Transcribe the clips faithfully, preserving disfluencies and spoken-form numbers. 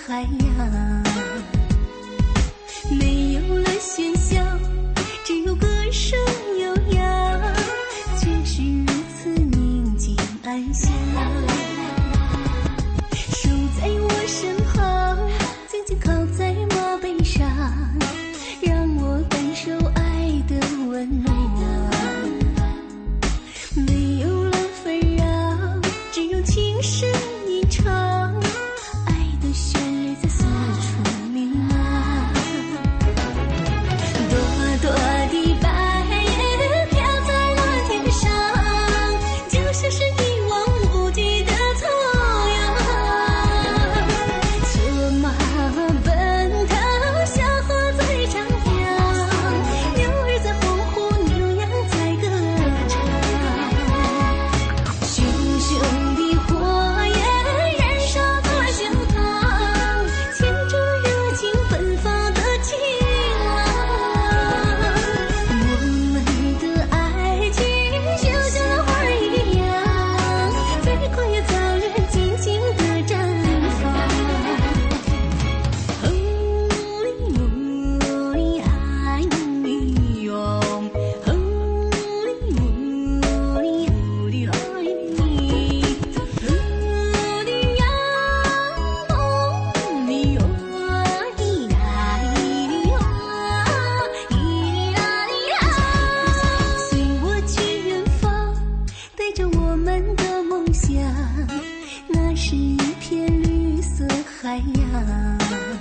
海洋，没有了喧嚣，只有歌声悠扬，却是如此宁静安详。守在我身旁，静静靠在马背上，让我感受爱的温暖。没有了纷扰，只有情声吟唱，爱的旋律在四处弥漫。朵朵的白叶飘在蓝天上，就像是一望无际的草原。策马奔腾，小河在长江，牛儿在欢呼，牛羊在歌唱。熊熊的火焰燃烧在胸膛，牵着热情奔放的情郎。我们的爱情就像花儿一样，再快也早日尽情地绽放。哼哩哩爱你哟，哼哩哩呼哩爱你，呼哩呀哦哩哟咿呀咿哩哟咿呀哩呀。随我去远方，带着我们的梦想，那是一片绿色海洋。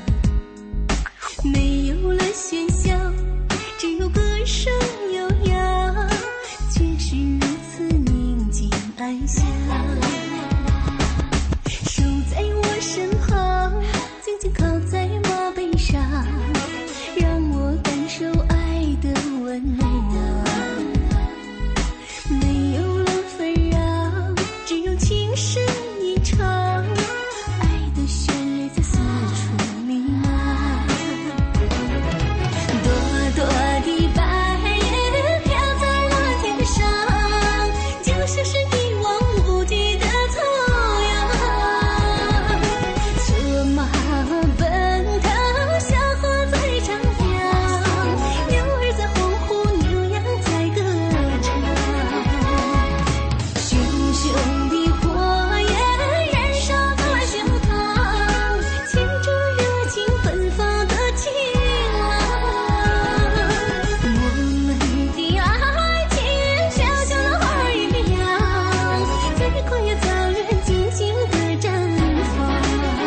没有了喧嚣，只有歌声悠扬，却是如此宁静安详。守在我身旁，静静靠在马背上，让我感受爱的温暖。没有了纷扰，只有情声吟唱，爱的旋律在四处弥漫。朵朵的白叶飘在蓝天上，就像是一望无际的草原。策马奔腾，小河在长江，牛儿在欢呼，牛羊在歌唱。熊熊的火焰燃烧在胸膛，牵着热情奔放的情郎。我们的爱情就像那花儿一样，再快也早日尽情地绽放。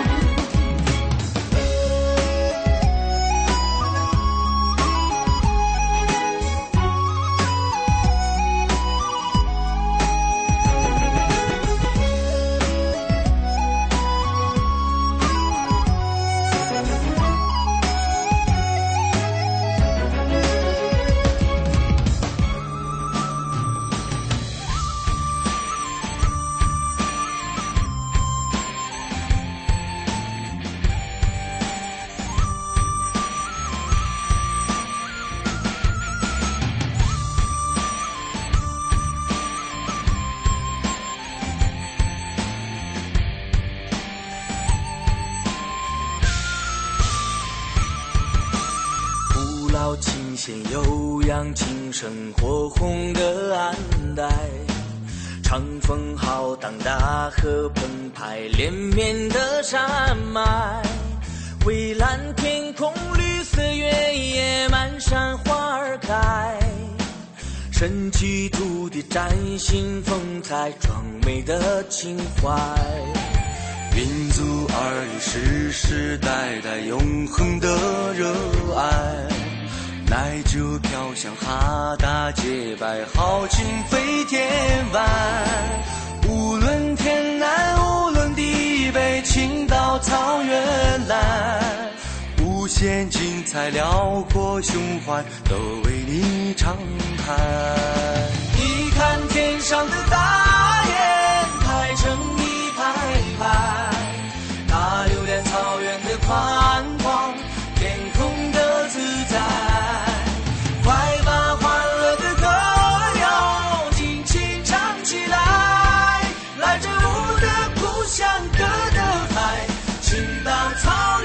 古老琴弦悠扬，琴声火红的安带，长风浩荡，大河澎湃，连绵的山脉，蔚蓝天空，绿色原野，满山花儿开，神奇土地崭新风采，壮美的情怀。民族儿女世世代代永恒的热爱，奶酒飘香，哈达洁白，豪情飞天外。无论天南，无论地北，青岛草原蓝，无限精彩，辽阔胸怀，都为你敞开。你看天上的大雁，排成一排排，大榴莲草原的宽广，天空的自在，快把欢乐的歌谣尽情唱起来，来自我的故乡歌的海，青岛草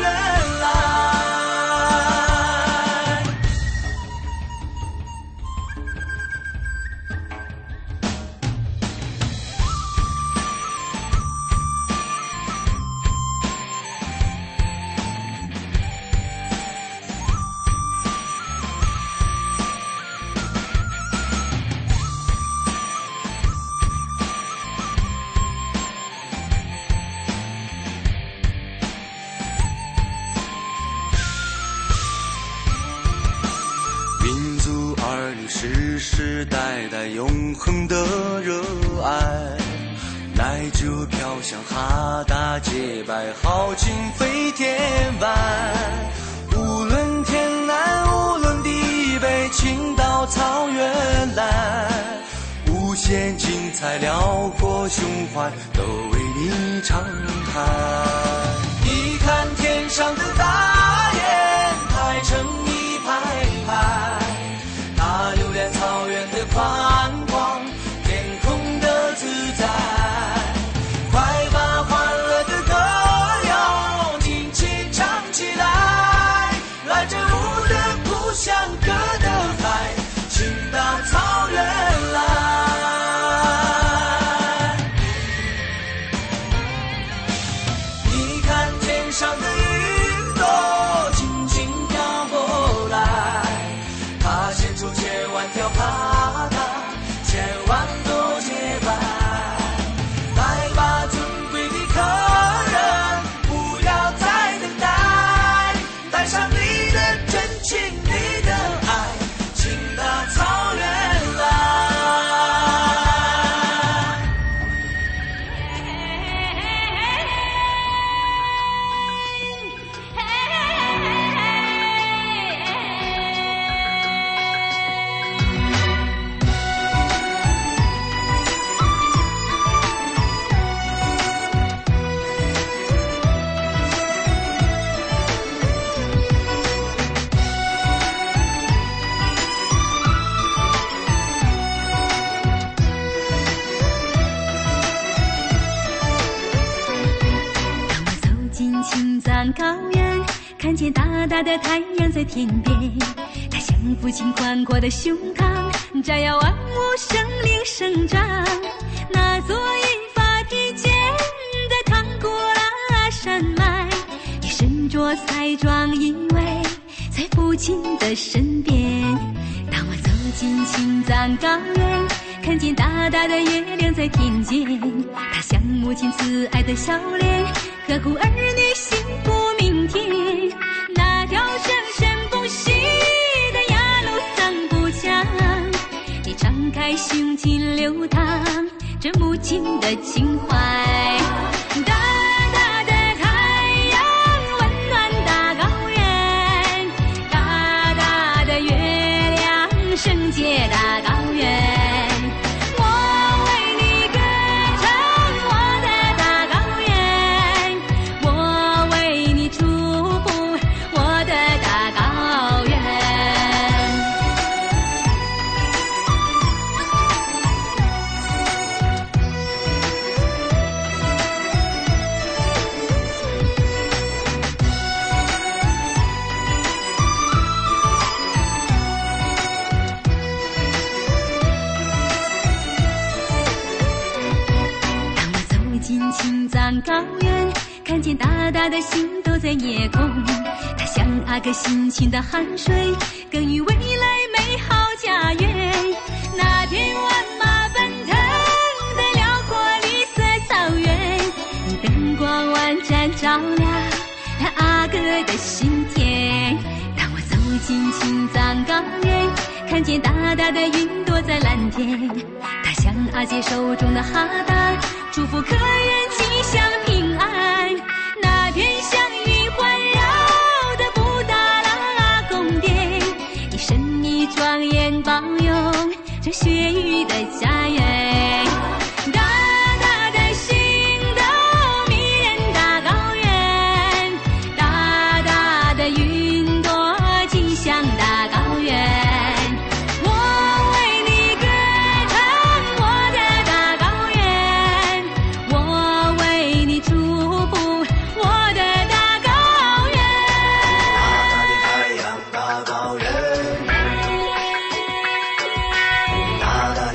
世世代代永恒的热爱，乃这飘向哈达洁白，豪情飞天外。无论天南，无论地北，青岛草原来，无限精彩辽阔胸怀都为你敞开。你看天上的大雁排成一排排，大榴莲草原的宽广，天空的自在。快把欢乐的歌谣尽情唱起来，来自我的故乡歌的海，青岛草原来。你看天上的云朵轻轻飘过来，它牵出千万条哈达，千万朵洁白。来吧，尊贵的客人，不要再等待，带上你的真情，你的爱，青岛草原来。 高原，看见大大的太阳在天边，它像父亲宽阔的胸膛，照耀万物生灵生长。那座引发披肩的唐古拉山脉，也身着彩妆依偎在父亲的身边。当我走进青藏高原，看见大大的月亮在天间，它像母亲慈爱的笑脸，呵护儿女幸福明天。那条生生不息的雅鲁藏布江，你敞开胸襟流淌着母亲的情怀。大大的太阳温暖大高原，大大的月亮圣洁大高原。高原，看见大大的星斗在夜空，它像阿哥辛勤的汗水，耕耘未来美好家园。那片万马奔腾的辽阔绿色草原，灯光万盏照亮阿哥的心田。当我走进青藏高原，看见大大的云朵在蓝天，它像阿姐手中的哈达，祝福客人吉祥平安。那片祥云环绕的布达拉宫殿，以神秘庄严保佑这雪域的家园。大大的星斗迷人大高原，大大的云朵吉祥大高原。 大大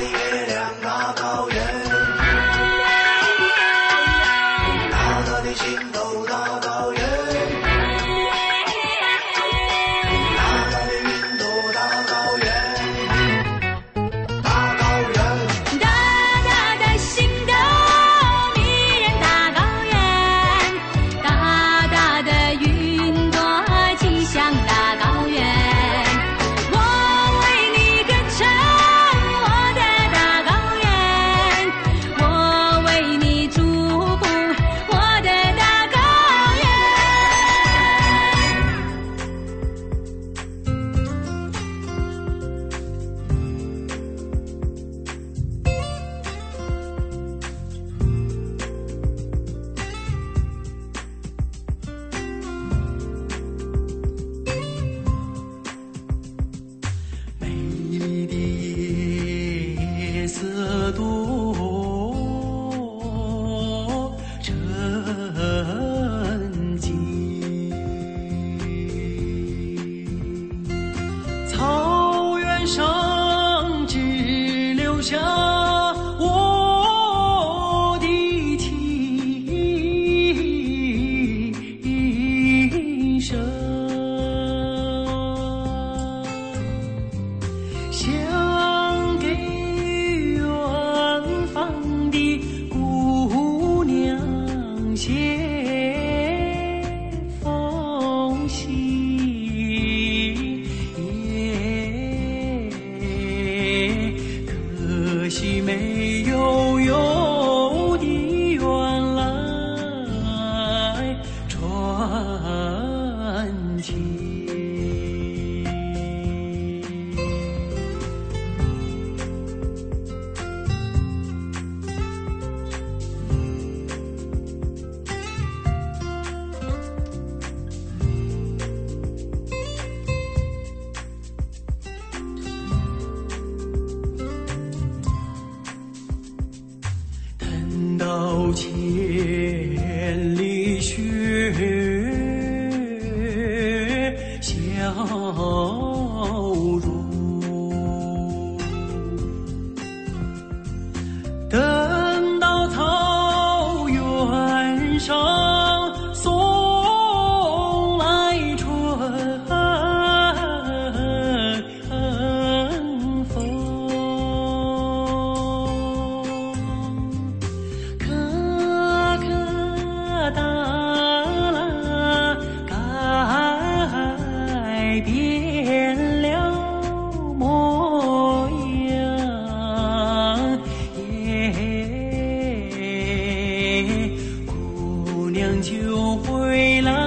情。到千里雪消融，等到草原上送来春风。改变了模样，姑娘就回来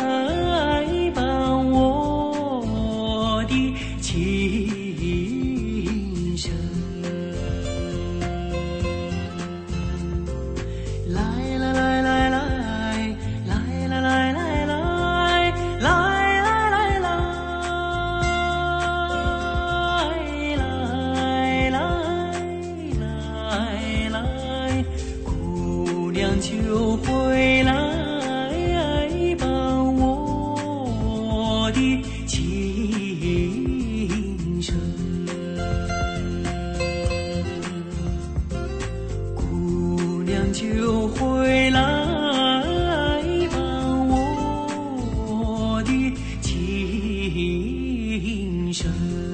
伴我的情深。来来来来来来来来来来来。就回来伴我的情深，姑娘就回来伴我的情深。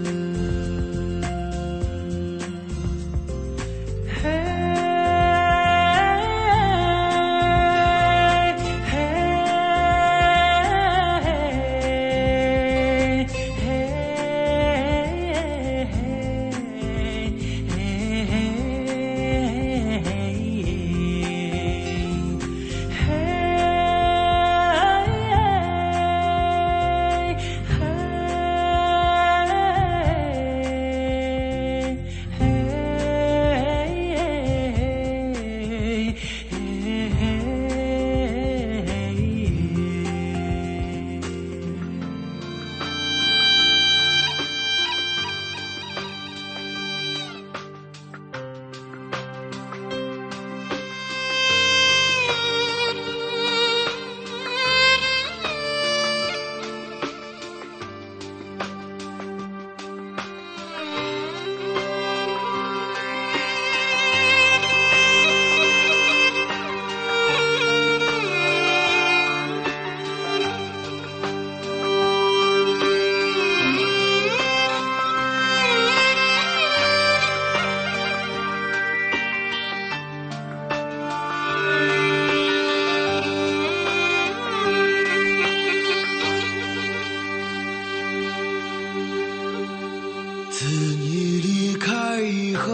自你离开以后，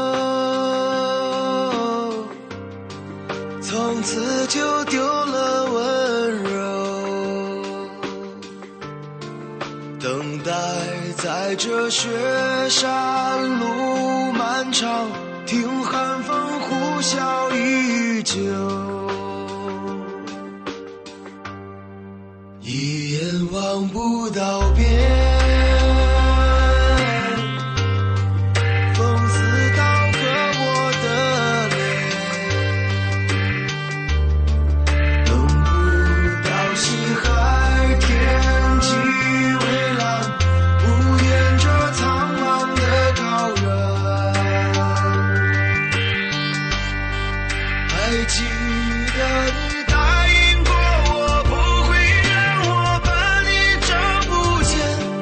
从此就丢了温柔，等待在这雪山路漫长，听寒风呼啸依旧，一眼望不到边。记得你答应过我，不会让我把你找不见。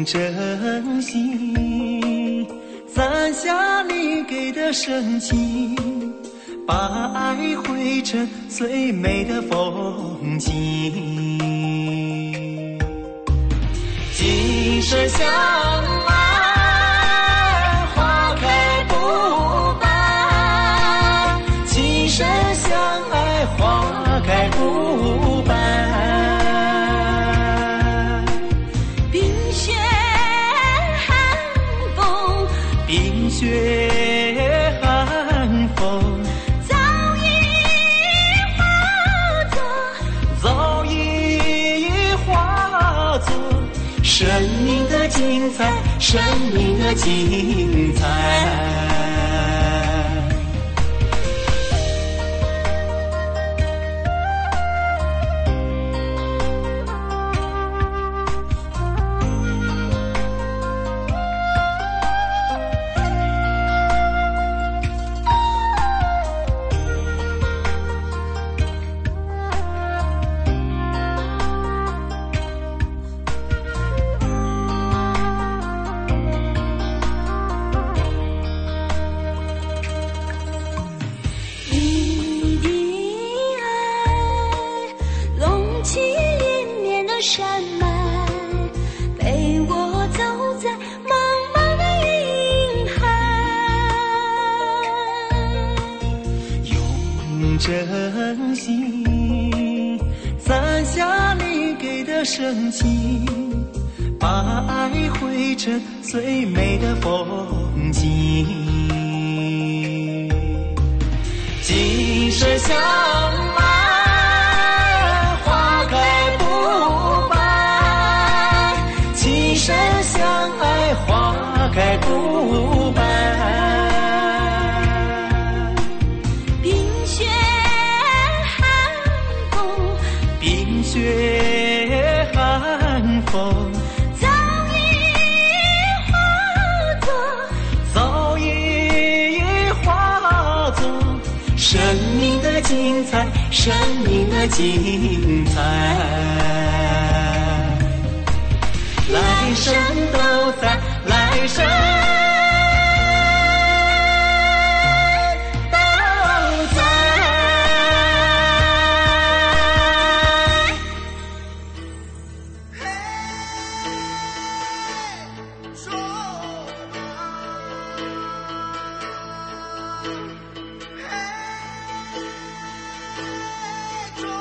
真心攒下你给的深情，把爱绘成最美的风景。今生相爱，花开不败。今生相爱，花开不败。 冰雪寒风， 冰雪寒风， 早已化作， 早已化作生命的精彩，生命的精彩。 山脉陪我走在茫茫的云海， 用真心攒下你给的深情，把爱绘成最美的风景。今生相爱，花开不今生相爱，花开不败。 冰雪寒风， 冰雪寒风， 早已化作， 早已化作生命的精彩，生命的精彩。来生都在，来生都在。嘿，说吧，嘿，说吧。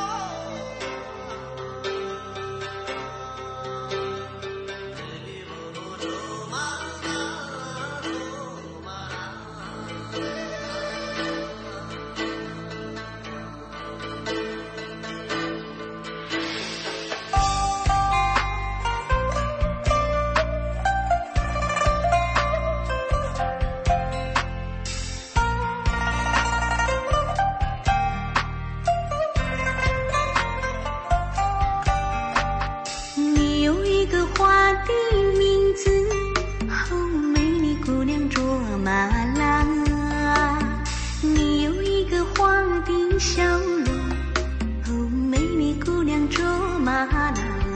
你有一个花的名字，哦，美丽姑娘卓玛拉。你有一个花的笑容，哦，美丽姑娘卓玛拉。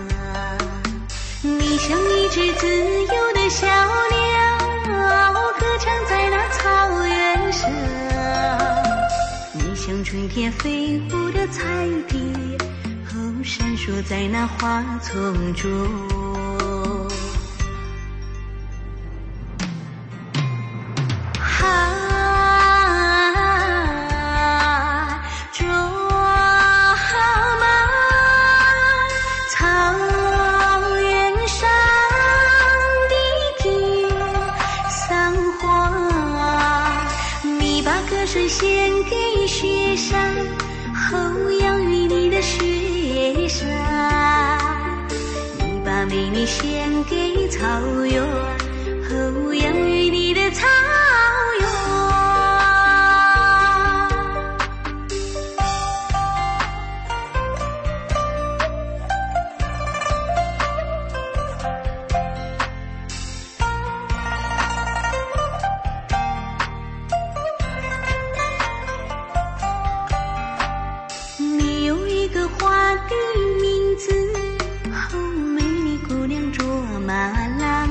你像一只自由的小鸟，歌唱在那草原上。你像春天飞舞的彩蝶，闪烁在那花丛中。啊，卓玛，草原上的天桑花，你把歌声献给雪山，后养育你的雪山，你把美丽献给草原，后养育你的草原。你有一个花的名字，哦，美丽姑娘卓玛拉。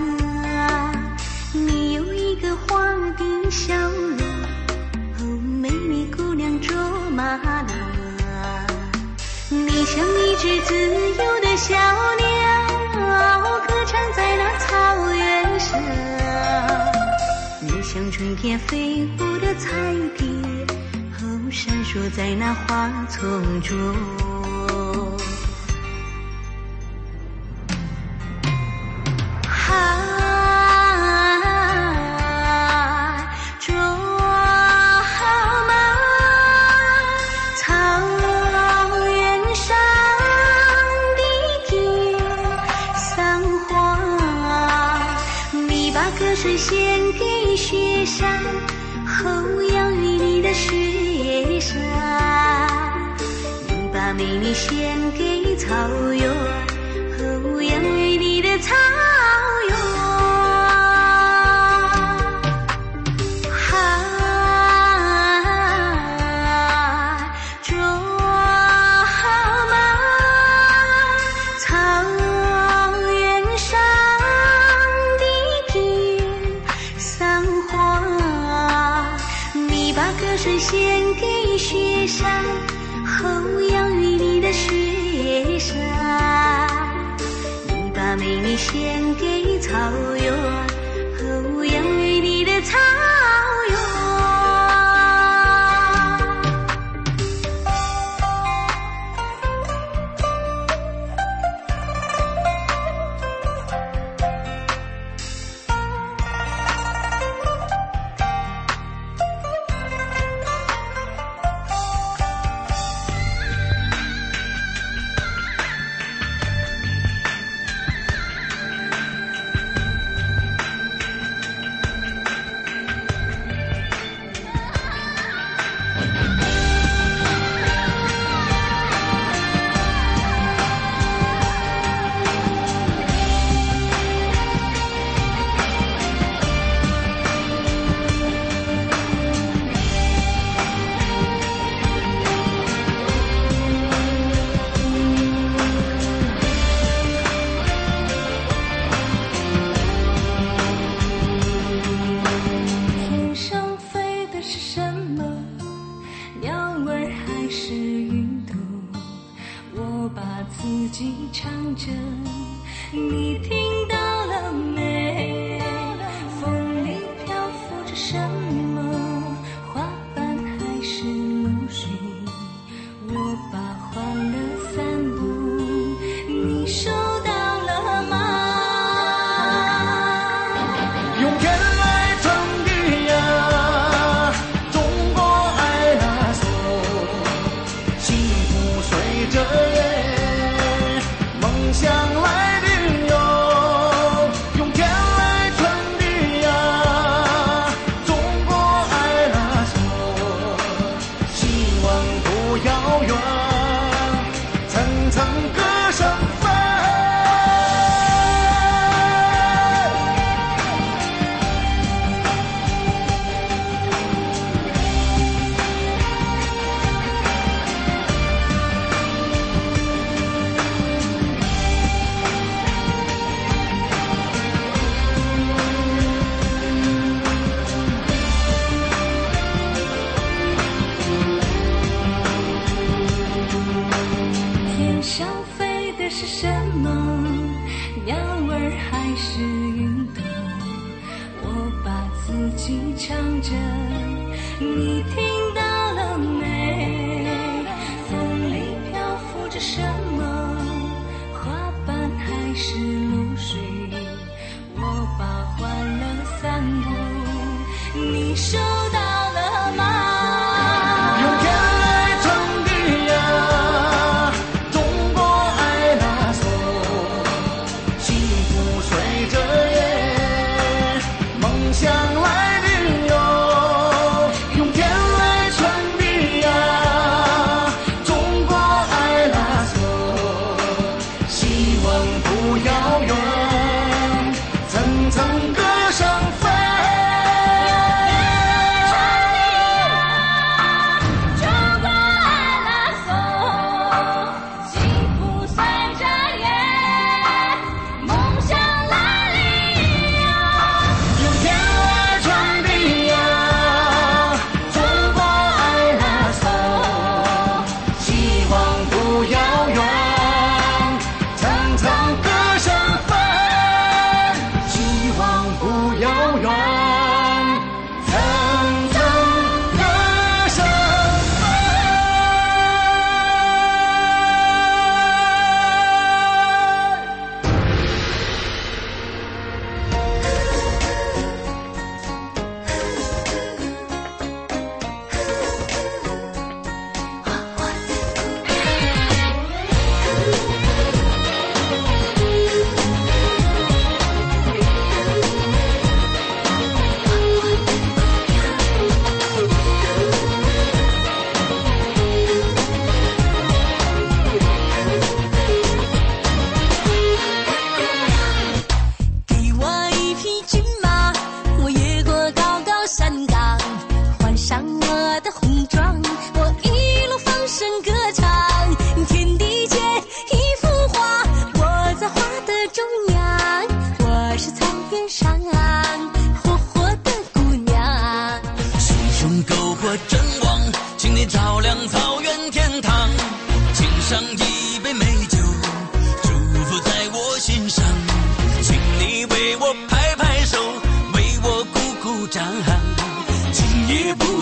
像春天飞舞的彩蝶，后闪烁在那花丛中。歌声献给雪山，后养育你的雪山。你把美丽献给草原，后养育你的草原。海卓玛，草原上歌声献给雪山，后养育你的雪山。你把美丽献给草原，后养育你的草原。自己唱着，你听到了没？风里漂浮着什么？花瓣还是露水？我把欢乐散布，你收到了吗？ 用天来撑地呀，中国爱拉索，幸福随着夜。想来临哟，用天来撑地呀，中国爱拉索，希望不遥远，层层歌声飞。 天上飞的是什么？鸟儿还是云朵？我把自己唱着，你听到了没？风里漂浮着什么？花瓣还是露水？我把欢乐散布，你收到了吗？ 想来临哟，用天来撑地呀，中国爱拉索，希望不要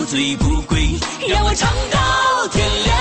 醉不归，让我唱到天亮。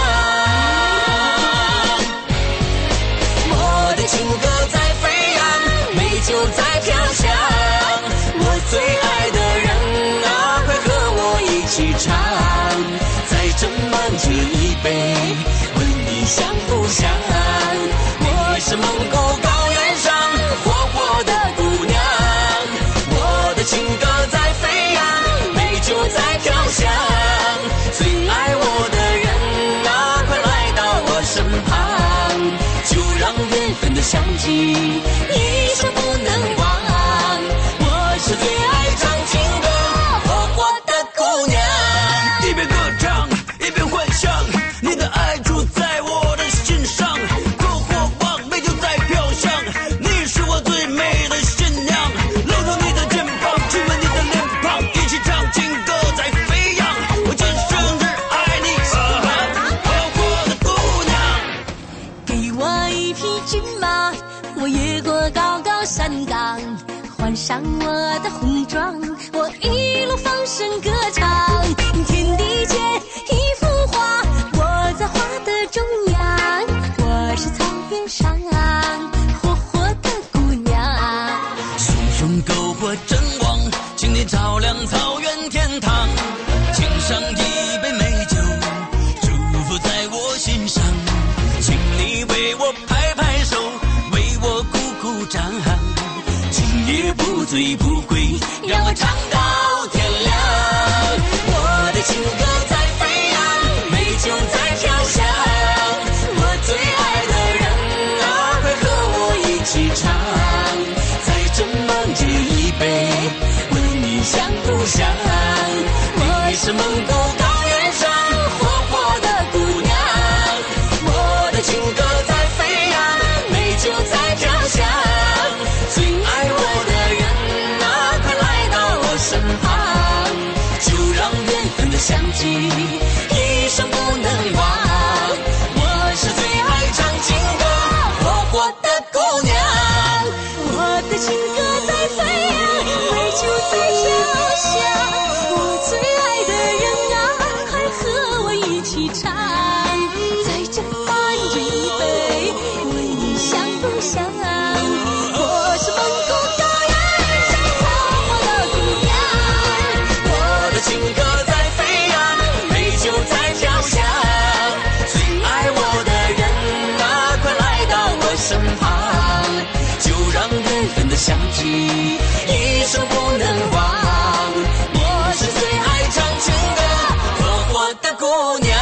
我的情歌在飞扬，美酒在飘香，我最爱的人啊，快和我一起唱，再斟满这一杯，问你想不想？我是蒙古高原上活泼的姑娘，我的情歌在飞扬，美酒在飘香，最爱我的人啊，快来到我身旁，就让缘分的香气一生不能忘。我是最爱唱情歌活泼的姑娘，一边歌唱一边幻想，你的爱住在我的心上，篝火旺，美酒在飘香，你是我最美的新娘，搂住你的肩膀，亲吻你的脸庞，一起唱情歌在飞扬，我今生只爱你，喜欢活泼的姑娘。 给我一匹骏马，我越过高高山岗，换上我的红装，我一路放声歌唱，天地间一幅画，我在画的中央，我是草原上活活的姑娘。 顺风篝火真旺，请你照亮草原天堂，请上一杯美酒，祝福在我心上，请你为我拍拍手，为我鼓鼓掌，今夜不醉不归，让我唱到天亮。我的情歌在飞扬，美酒在飘香，我最爱的人啊，快和我一起唱，再斟满这一杯，问你想不想？我是蒙古高原上活泼的姑娘，我的情歌在飞扬，美酒在飘香，最爱我的人啊，快来到我身旁，就让缘分的香气一生不能忘。我是最爱唱情歌活泼的姑娘， 我的情歌在飞扬，美酒在飘香，我最爱的人啊，快和我一起唱，再斟满这一杯，问你想不想？我是蒙古高原上活泼的姑娘， 我的情歌在飞扬，美酒在飘香，最爱我的人啊，快来到我身旁，就让缘分的香气一生不能忘。我是最爱唱情歌活泼的姑娘。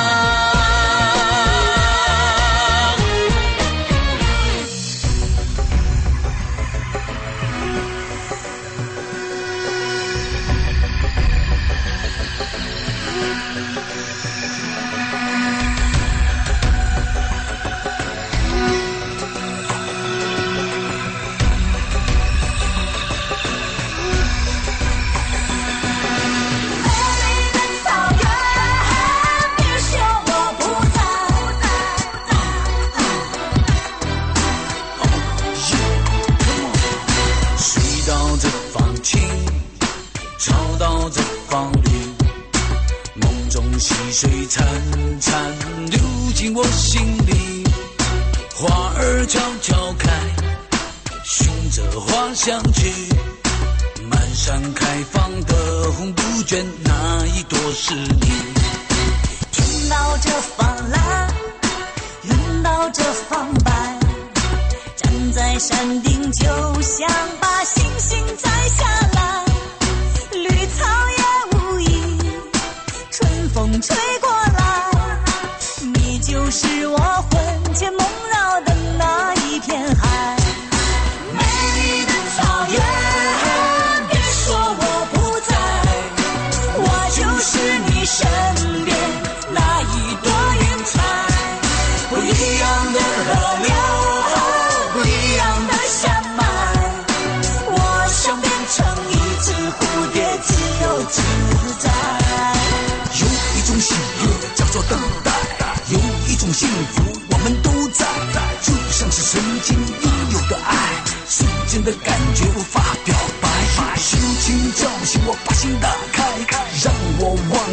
细水潺潺流进我心里，花儿悄悄开，寻着花香去，满山开放的红杜鹃，那一朵是你。 天到这方蓝，人到这方白，站在山顶就想把星星摘下来，绿草也无意，春风吹过来，你就是我魂牵梦绕的那一片海。美丽的草原，别说我不在，我就是你身边那一朵云彩。不一样的河流，不一样的山脉，我想变成一只蝴蝶，自由自在。 有一种喜悦叫做等待，有一种幸福我们都在，就像是曾经拥有的爱，瞬间的感觉无法表白，深情叫醒我把心打开，让我忘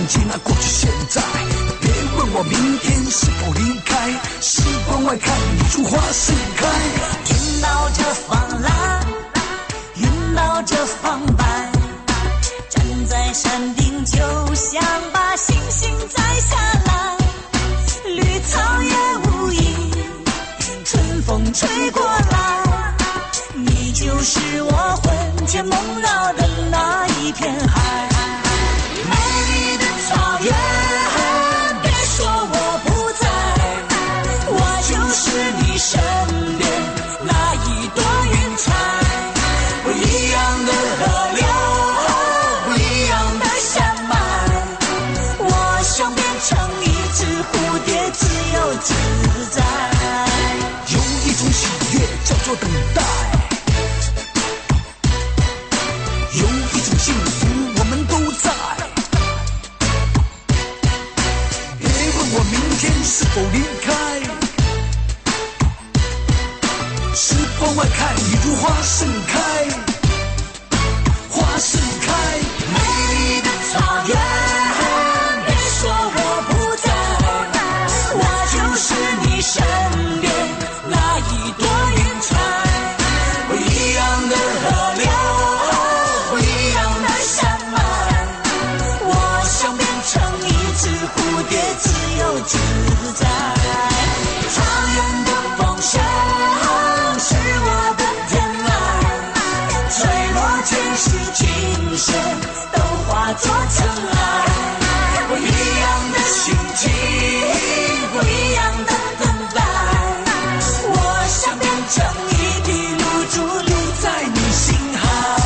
过去现在。别问我明天是否离开，时光外看一株花盛开。 天抱着放蓝，云抱着放白，站在山顶就想把星星摘下来。绿草也无意，春风吹过来，你就是我魂牵梦绕的那一片海。美丽的草原，别说我不在，我就是你身边那一朵云彩。不一样的河流，不一样的山脉，我想变成一只蝴蝶，自由自在。 有一种喜悦叫做等待，有一种幸福我们都在。别问我明天是否离开，时光外看一株花盛开，花盛开。 美丽的草原，别说我不在，我就是你身边那一朵云彩。不一样的河流，不一样的山脉，我想变成一只蝴蝶，自由自在。草原的风声是我的天籁，坠落前世今生都化作尘埃。不一样的心情，不一样的等待，我想变成一滴露珠，留在你心海。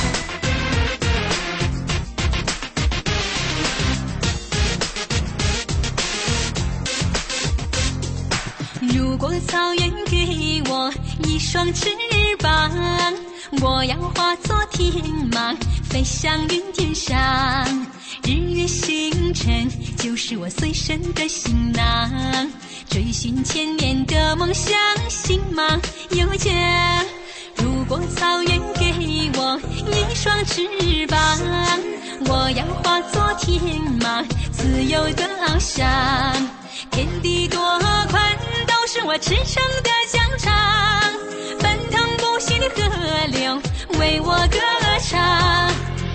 如果草原给我一双翅膀，我要化作天马，飞向云天上。日月星辰就是我随身的行囊，追寻千年的梦想，星芒有家。如果草原给我一双翅膀，我要化作天马，自由的翱翔。天地多宽，都是我驰骋的疆场，奔腾不息的河流为我歌唱。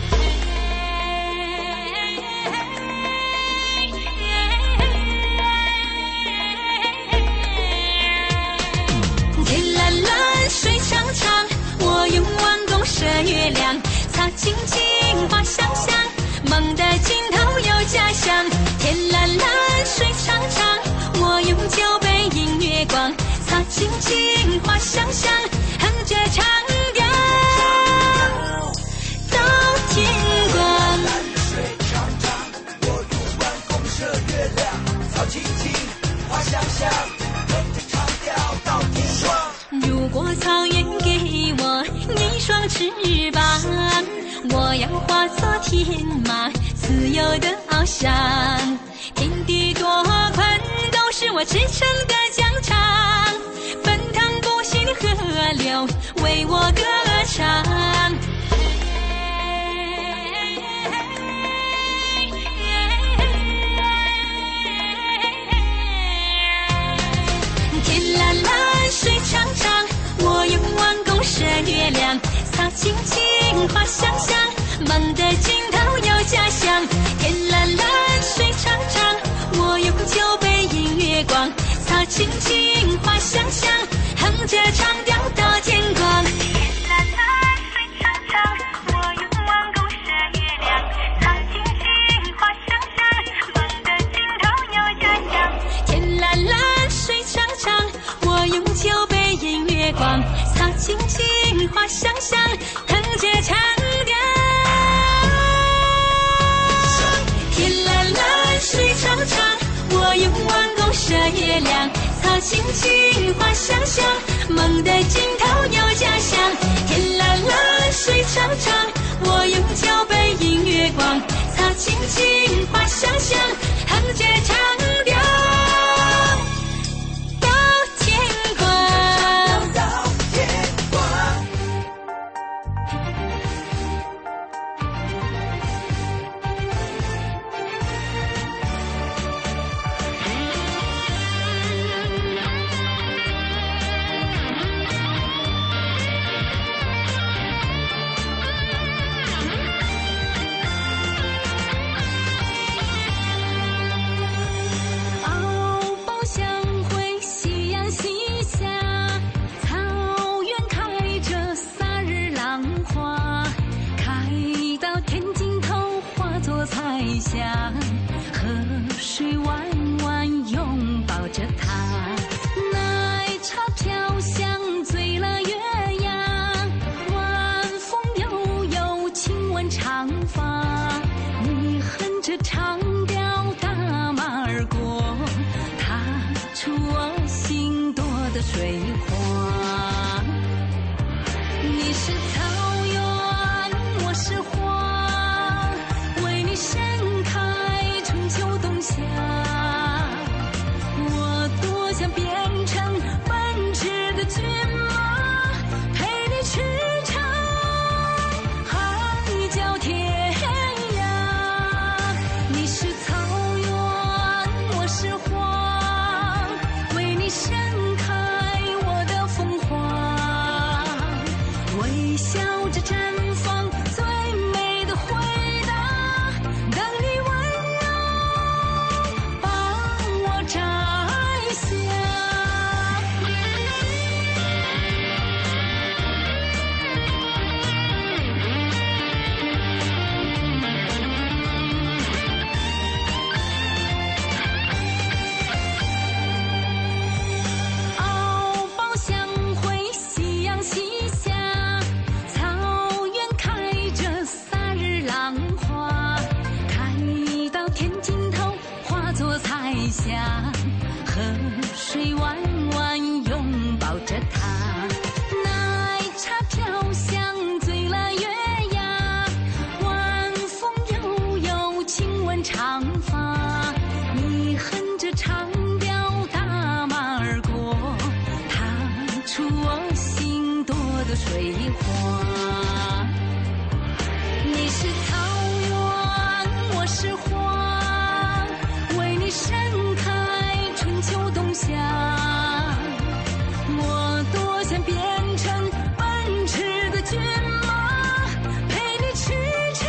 天蓝蓝，水长长，我用弯弓射月亮，草青青，花香香，梦的尽头有家乡。天蓝蓝，水长长，我用酒杯迎月光，草青青，花香香，哼着长调到天光。 水长长，我用弯弓射月亮，草青青，花香香，哼着长调到天光。 如果草原给我一双翅膀，我要化作天马，自由的翱翔。天地多宽，都是我驰骋的疆场，奔腾不息的河流为我歌唱。天蓝蓝，水长长，我用弯弓射月亮，草青青，花香香，梦的尽头有家乡。天蓝蓝，水长长，我用酒杯迎月光，草青青，花香香，哼着长调到天光。天蓝蓝，水长长，我用弯弓射月亮，草青青，花香香，梦的尽头有家乡。天蓝蓝，水长长，我用酒杯迎月光，草青青，花香香，哼着长调。天蓝蓝，水长长，我用弯弓射月亮，草青青，花香香，梦的尽头有家乡。天蓝蓝，水长长，我用酒杯迎月光，草青青，花香香，哼着长调到天光。 到天光。 似水花。你是草原，我是花，为你盛开春秋冬夏。我多想变成奔驰的骏马，陪你驰骋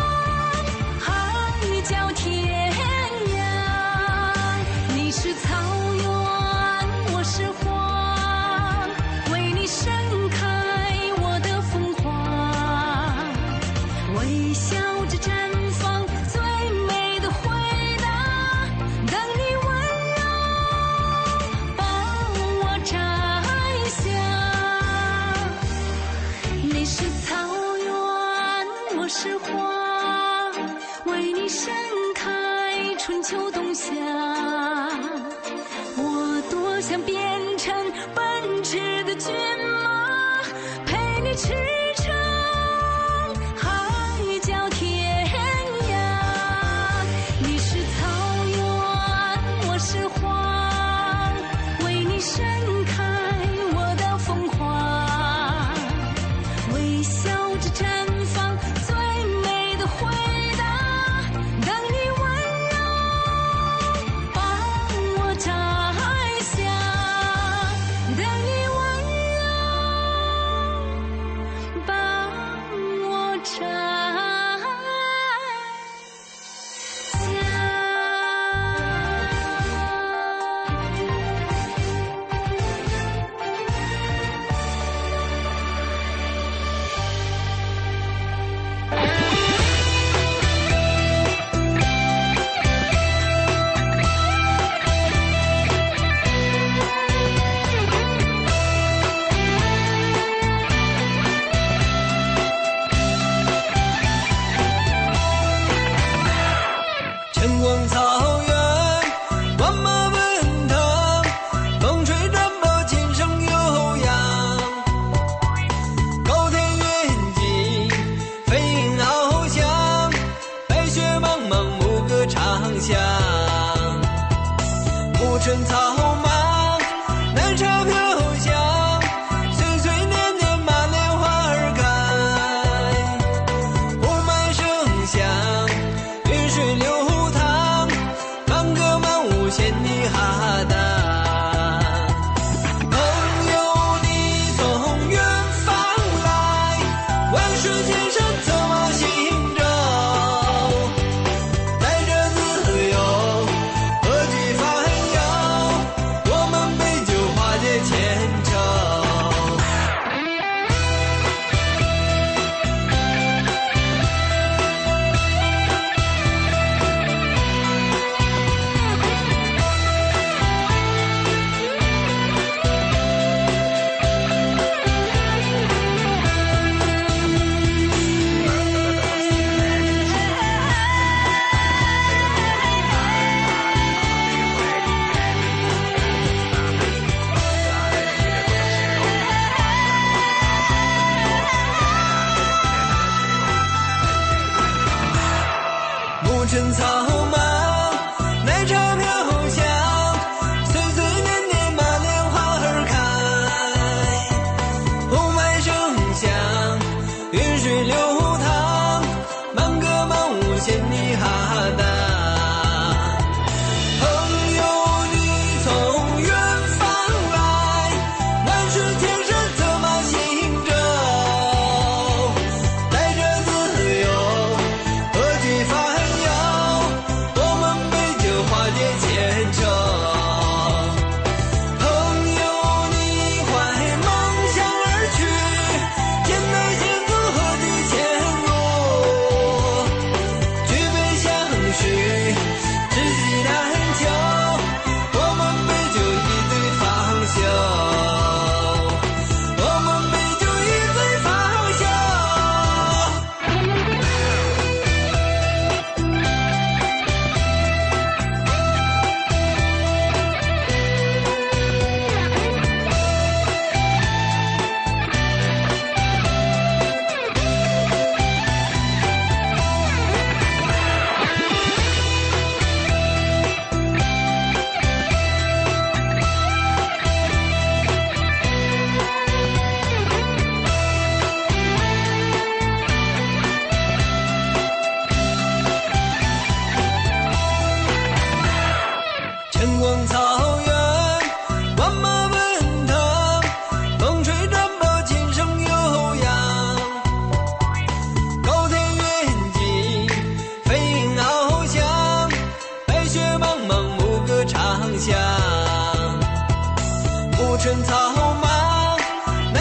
海角天涯。你是草原，我是花，为你盛开我的风华，微笑着绽放最美的回答，等你温柔帮我摘下。你是草原，我是花，为你盛开春秋冬夏。我多想变成奔驰的骏马，陪你驰骋海角天涯。你是草原，我是花，为你盛开我的风华，微笑着绽放最美的回答，等你温柔帮我摘下。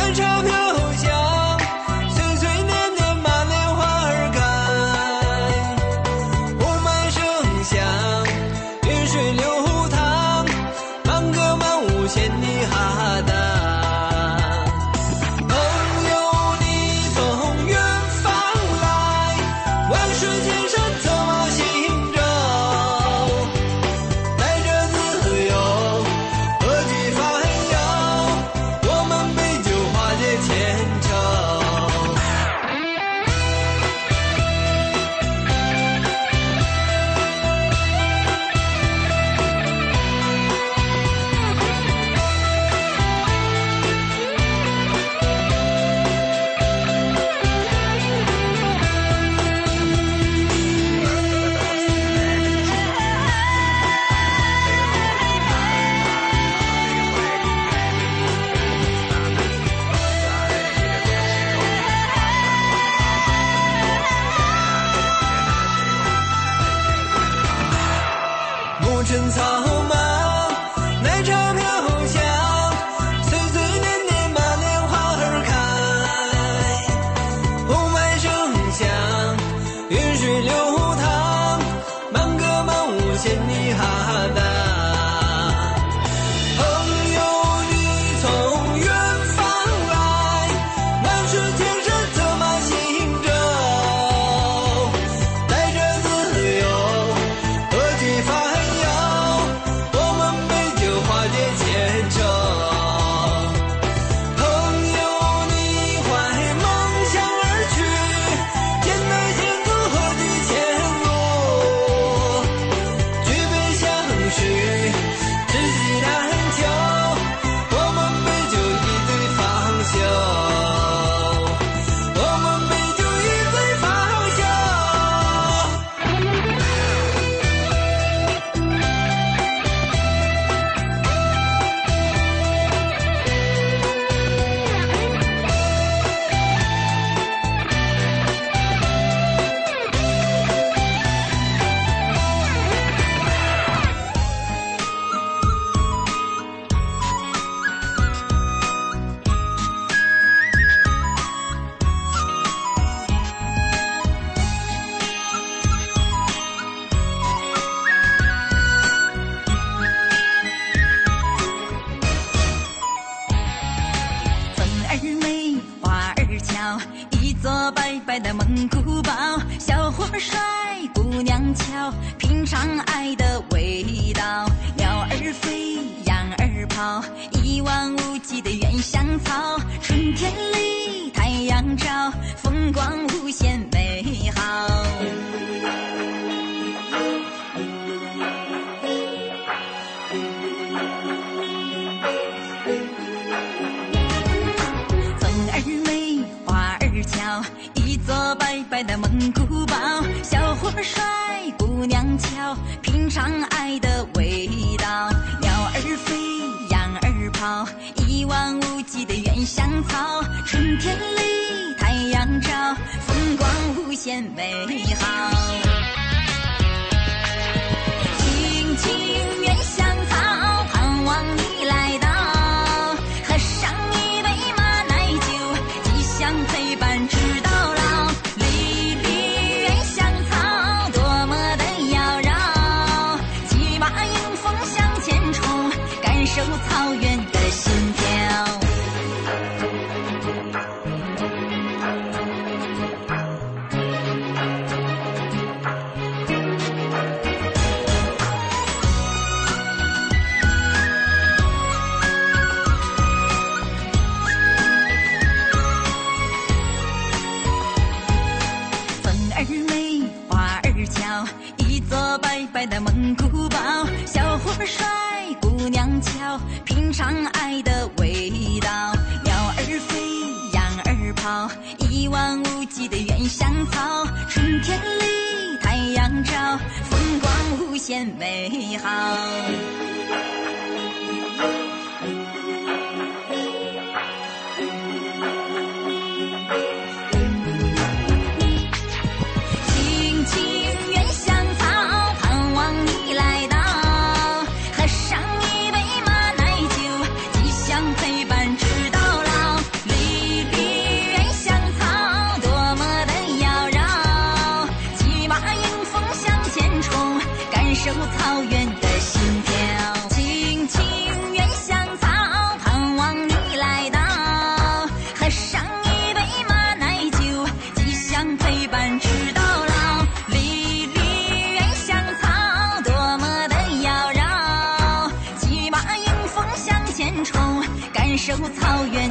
南朝飘香，岁岁年年把莲花儿开，雾霾声响，云水流淌，满歌满舞牵你哈达。春草忙，南朝飘香，岁岁年年把莲花儿开，雾霾声响，云水流淌，满歌满舞牵你哈达。朋友你从远方来，万水千山策马行舟，带着自由何其繁的蒙古包，小伙帅，姑娘俏，品尝爱的味道。鸟儿飞，羊儿跑，一望无际的原香草。春天里太阳照，风光无限美好。风儿美，花儿俏，一座白白的蒙古包，小伙帅，姑娘俏，品尝爱的味道。鸟儿飞，羊儿跑，一望无际的原香草。春天里太阳照，风光无限美好。青青原香草，盼望你来到，喝上一杯马奶酒，吉祥陪伴直到老。粒粒原香草，多么的妖娆，骑马迎风向前冲，感受草原的心跳。一座白白的蒙古包，小伙帅，姑娘俏，品尝爱的味道。鸟儿飞，羊儿跑，一望无际的原香草。春天里太阳照，风光无限美好。陪伴直到老。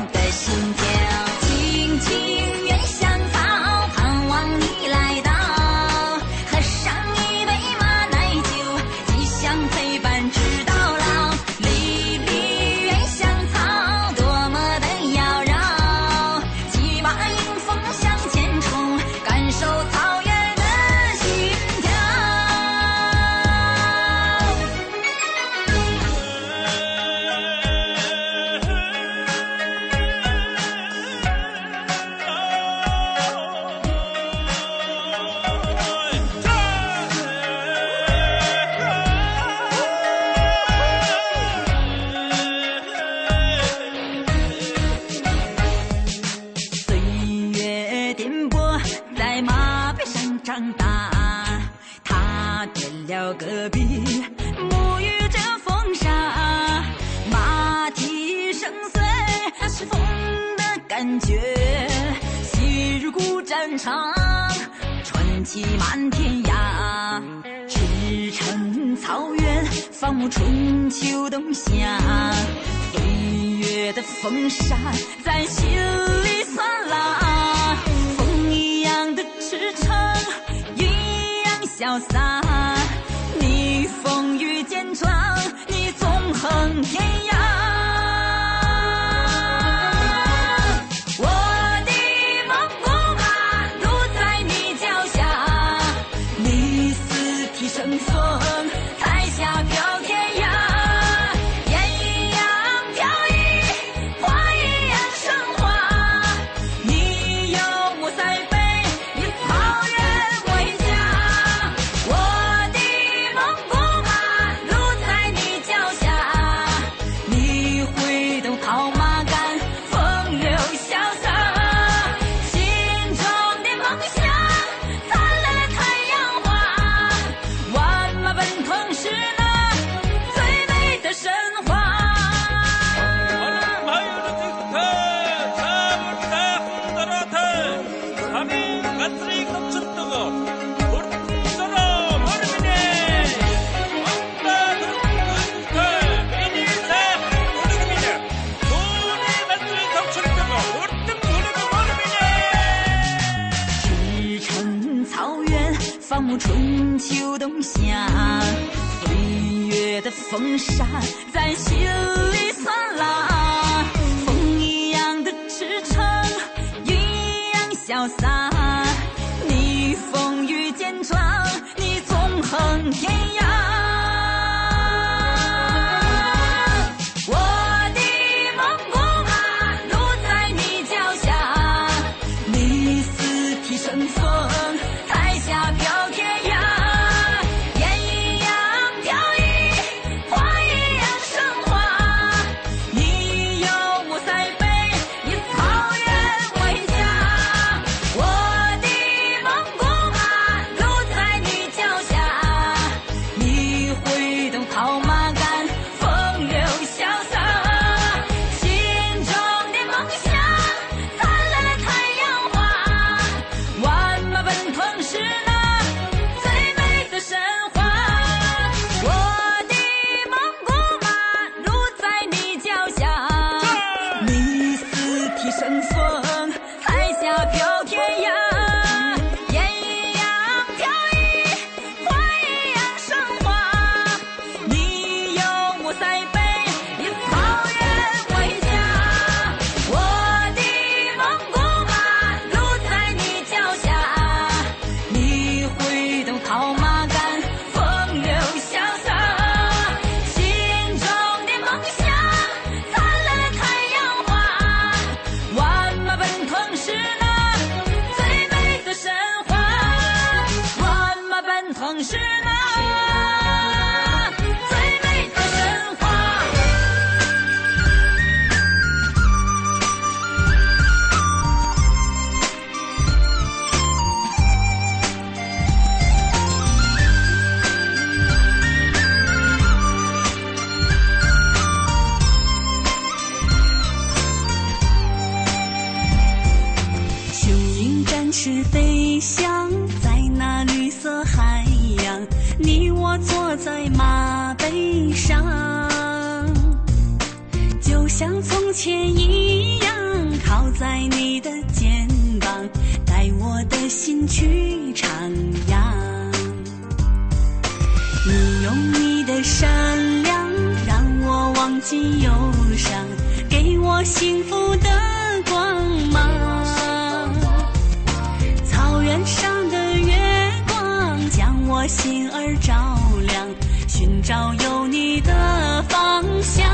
的心跳，青青原香草，盼望你来到，喝上一杯马奶酒，吉祥陪伴直到老。粒粒原香草，多么的妖娆，骑马迎风向前冲，感受草原的心跳。岁月颠簸，在马背上长大，踏遍了戈壁，沐浴着风沙，马蹄声碎，那是风的感觉，昔日古战场，传奇满天涯，驰骋草原，放牧春秋冬夏，岁月的风沙在心里酸辣，风一样的驰骋，云一样潇洒，逆风雨坚壮，你纵横天涯。我的蒙古马，路在你脚下，你四蹄生风，台下飘天涯。烟一样飘逸，花一样生花，你有我塞北，以草原为家。我的蒙古马，路在你脚下，你挥动跑马杆，风流潇洒，心中的梦想灿烂的太阳花，万马奔腾是那最美的神话。 驰骋草原，放牧春秋冬夏，岁月的风沙在心里酸辣，风一样的驰骋，云一样潇洒，逆风雨坚壮，你纵横天涯。我的蒙古马，路在你脚下，你四蹄生风，台下飘天涯。烟一样飘逸，花一样生花，你有我塞北，以草原为家。我的蒙古马，路在你脚下，你挥动跑马杆，风流潇洒，心中的梦想灿烂的太阳花，万马奔腾是那最美的神话。我的蒙古马，路在你脚下，你四蹄生风，台下飘天涯。烟一样飘逸，花一样生花，你有我塞北，以草原为家。我的蒙古马，路在你脚下，你挥动跑马杆，风流潇洒，心中的梦想灿烂的太阳花，万马奔腾是那最美的神话，万马奔腾是那最美的神话。雄鹰展翅飞翔在那绿色海洋，你我坐在马背上，就像从前一样。 去徜徉。你用你的善良让我忘记忧伤，给我幸福的光芒。草原上的月光将我心儿照亮，寻找有你的方向。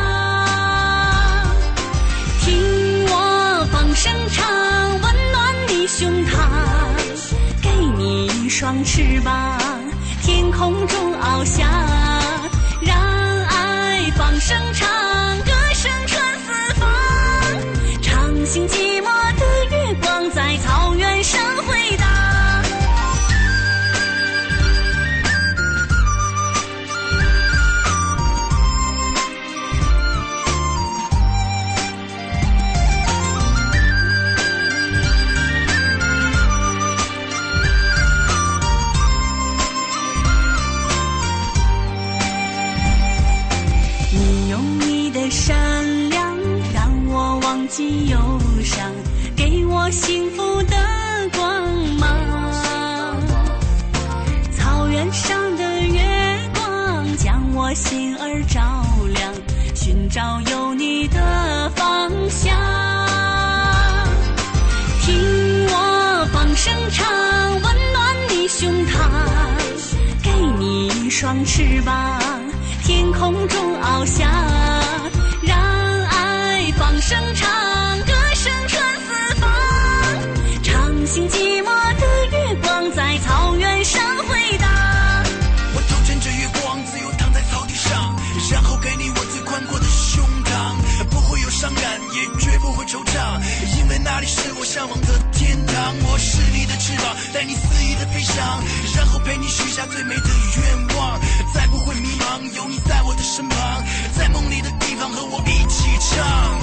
听我放声唱，温暖你胸膛，给你一双翅膀，天空中翱翔，让爱放声唱，歌声传四方，唱醒寂寞的月光，在草原上回荡。善良让我忘记忧伤，给我幸福的光芒。草原上的月光将我心儿照亮，寻找有你的方向。听我放声唱，温暖你胸膛，给你一双翅膀，天空中翱翔，让爱放声唱，歌声传四方，唱醒寂寞的月光，在草原上回荡。 我头枕着月光，自由躺在草地上，然后给你我最宽阔的胸膛，不会有伤感，也绝不会惆怅，因为那里是我向往的天堂。我是你的翅膀，带你肆意的飞翔，然后陪你许下最美的愿望，再不会迷茫，有你在我的身旁，在梦里的地方和我一起唱。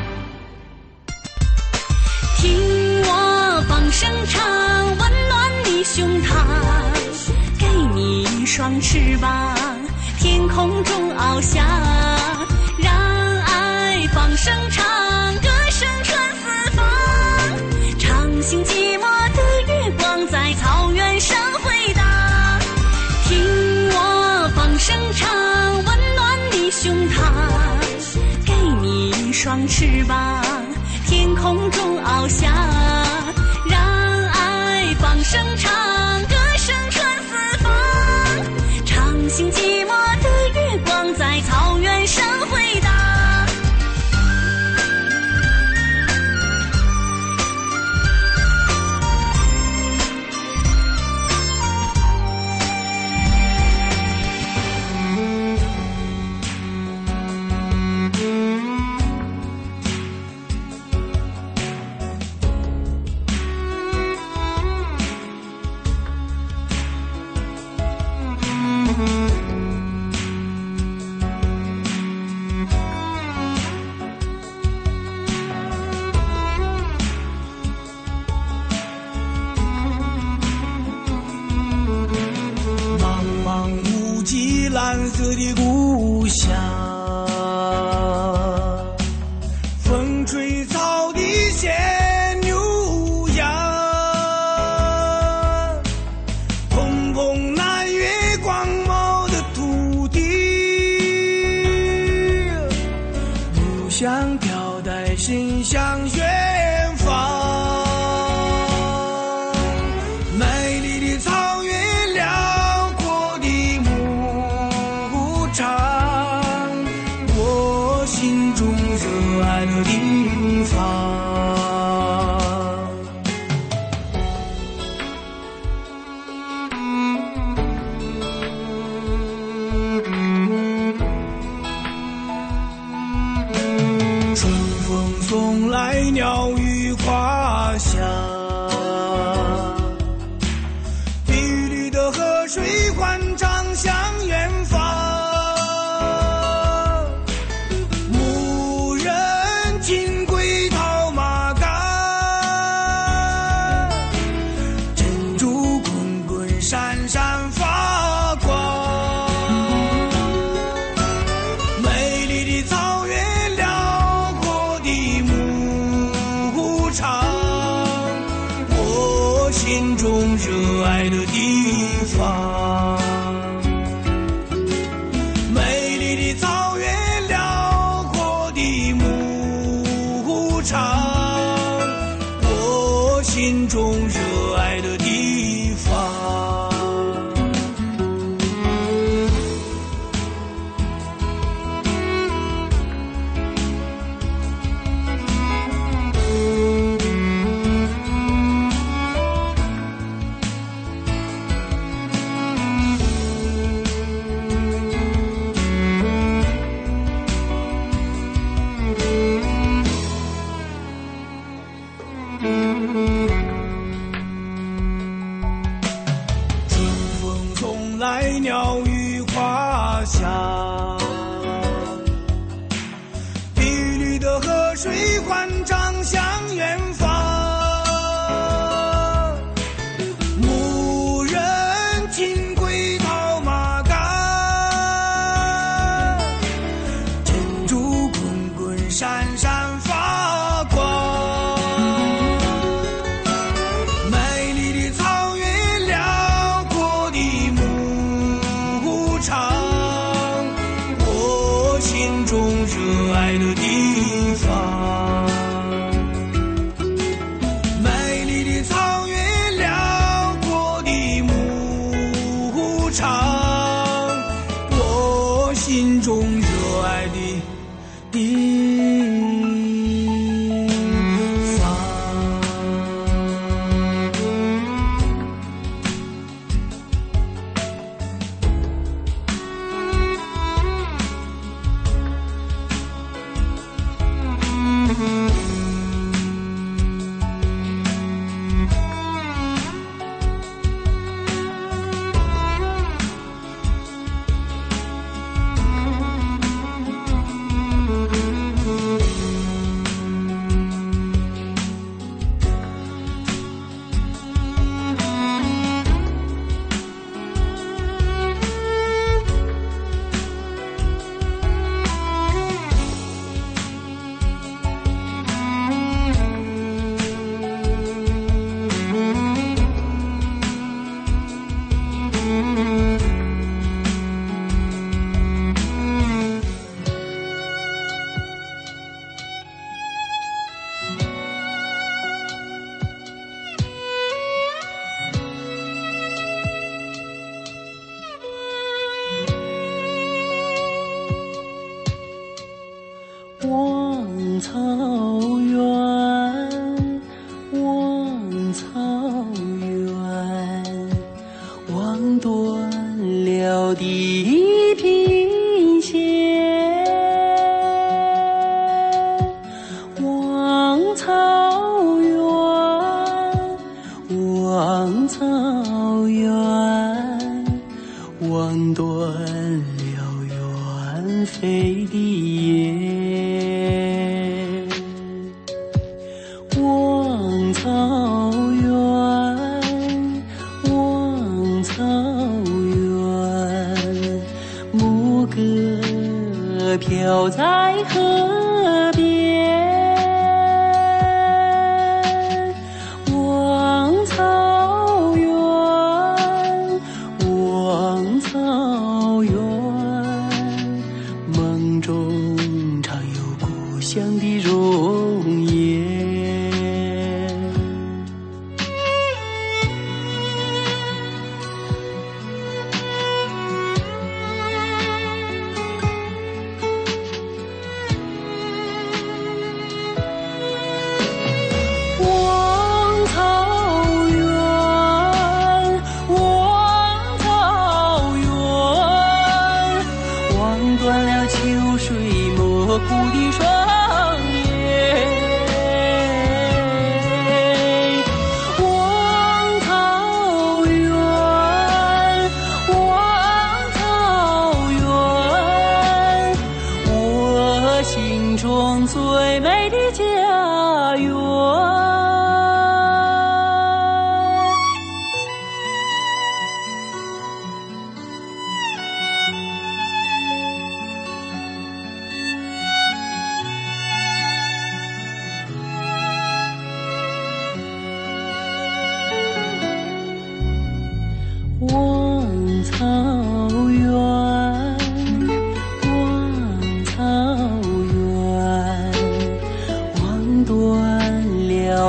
听我放声唱，温暖你胸膛，给你一双翅膀，天空中翱翔，让爱放声唱，歌声传四方，唱醒寂寞的月光，在草原上回荡。听我放声唱，温暖你胸膛，给你一双翅膀，天空中翱翔，让爱放声唱，歌声传四方，唱醒寂寞的月光，在草原上回荡。 蓝色的故乡，风吹草低见牛羊，碰碰南月光毛的土地，故乡飘带心向远方，美丽的草原，辽阔的牧场。 心中热爱的地方。美丽的草原，辽阔的牧场，我心中热爱的地方。鸟语花香，碧绿的河水欢唱向远方，牧人轻轨套马杆，珍珠滚滚闪闪发光。美丽的草原，辽阔的牧场，我心中热爱的地方。美丽的草原，辽阔的牧场，我心中热爱的地方。 望草原，望草原，望断了地平线。望草原，望草原，望断了远飞的雁。望草原，望草原，牧歌飘在河边。望草原，望草原，梦中常有故乡的容颜。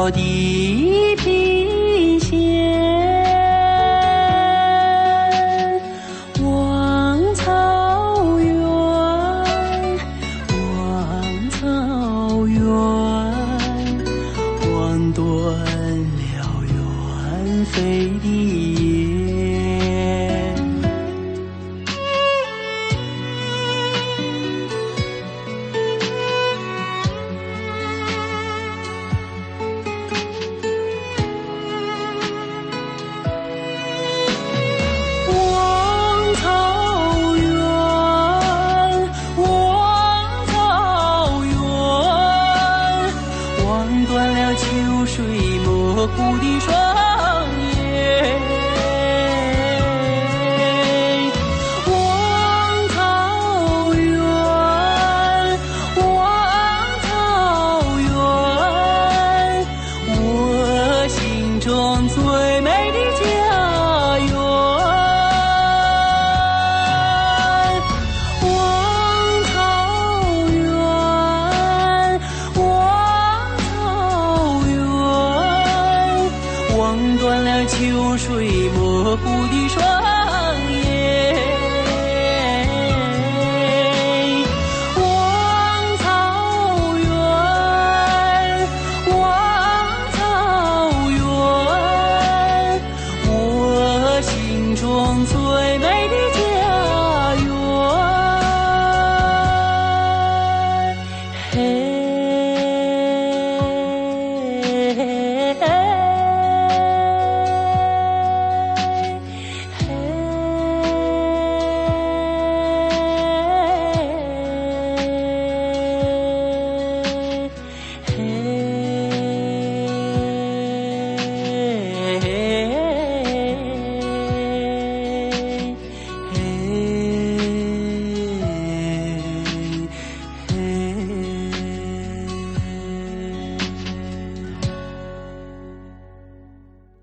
了地平线，望草原，望草原，望断了远飞的雁。望草原，望草原，望断了秋水模糊的双眼。望草原，望草原，我心中最美的家园。望草原，望草原，望断了秋水模糊的双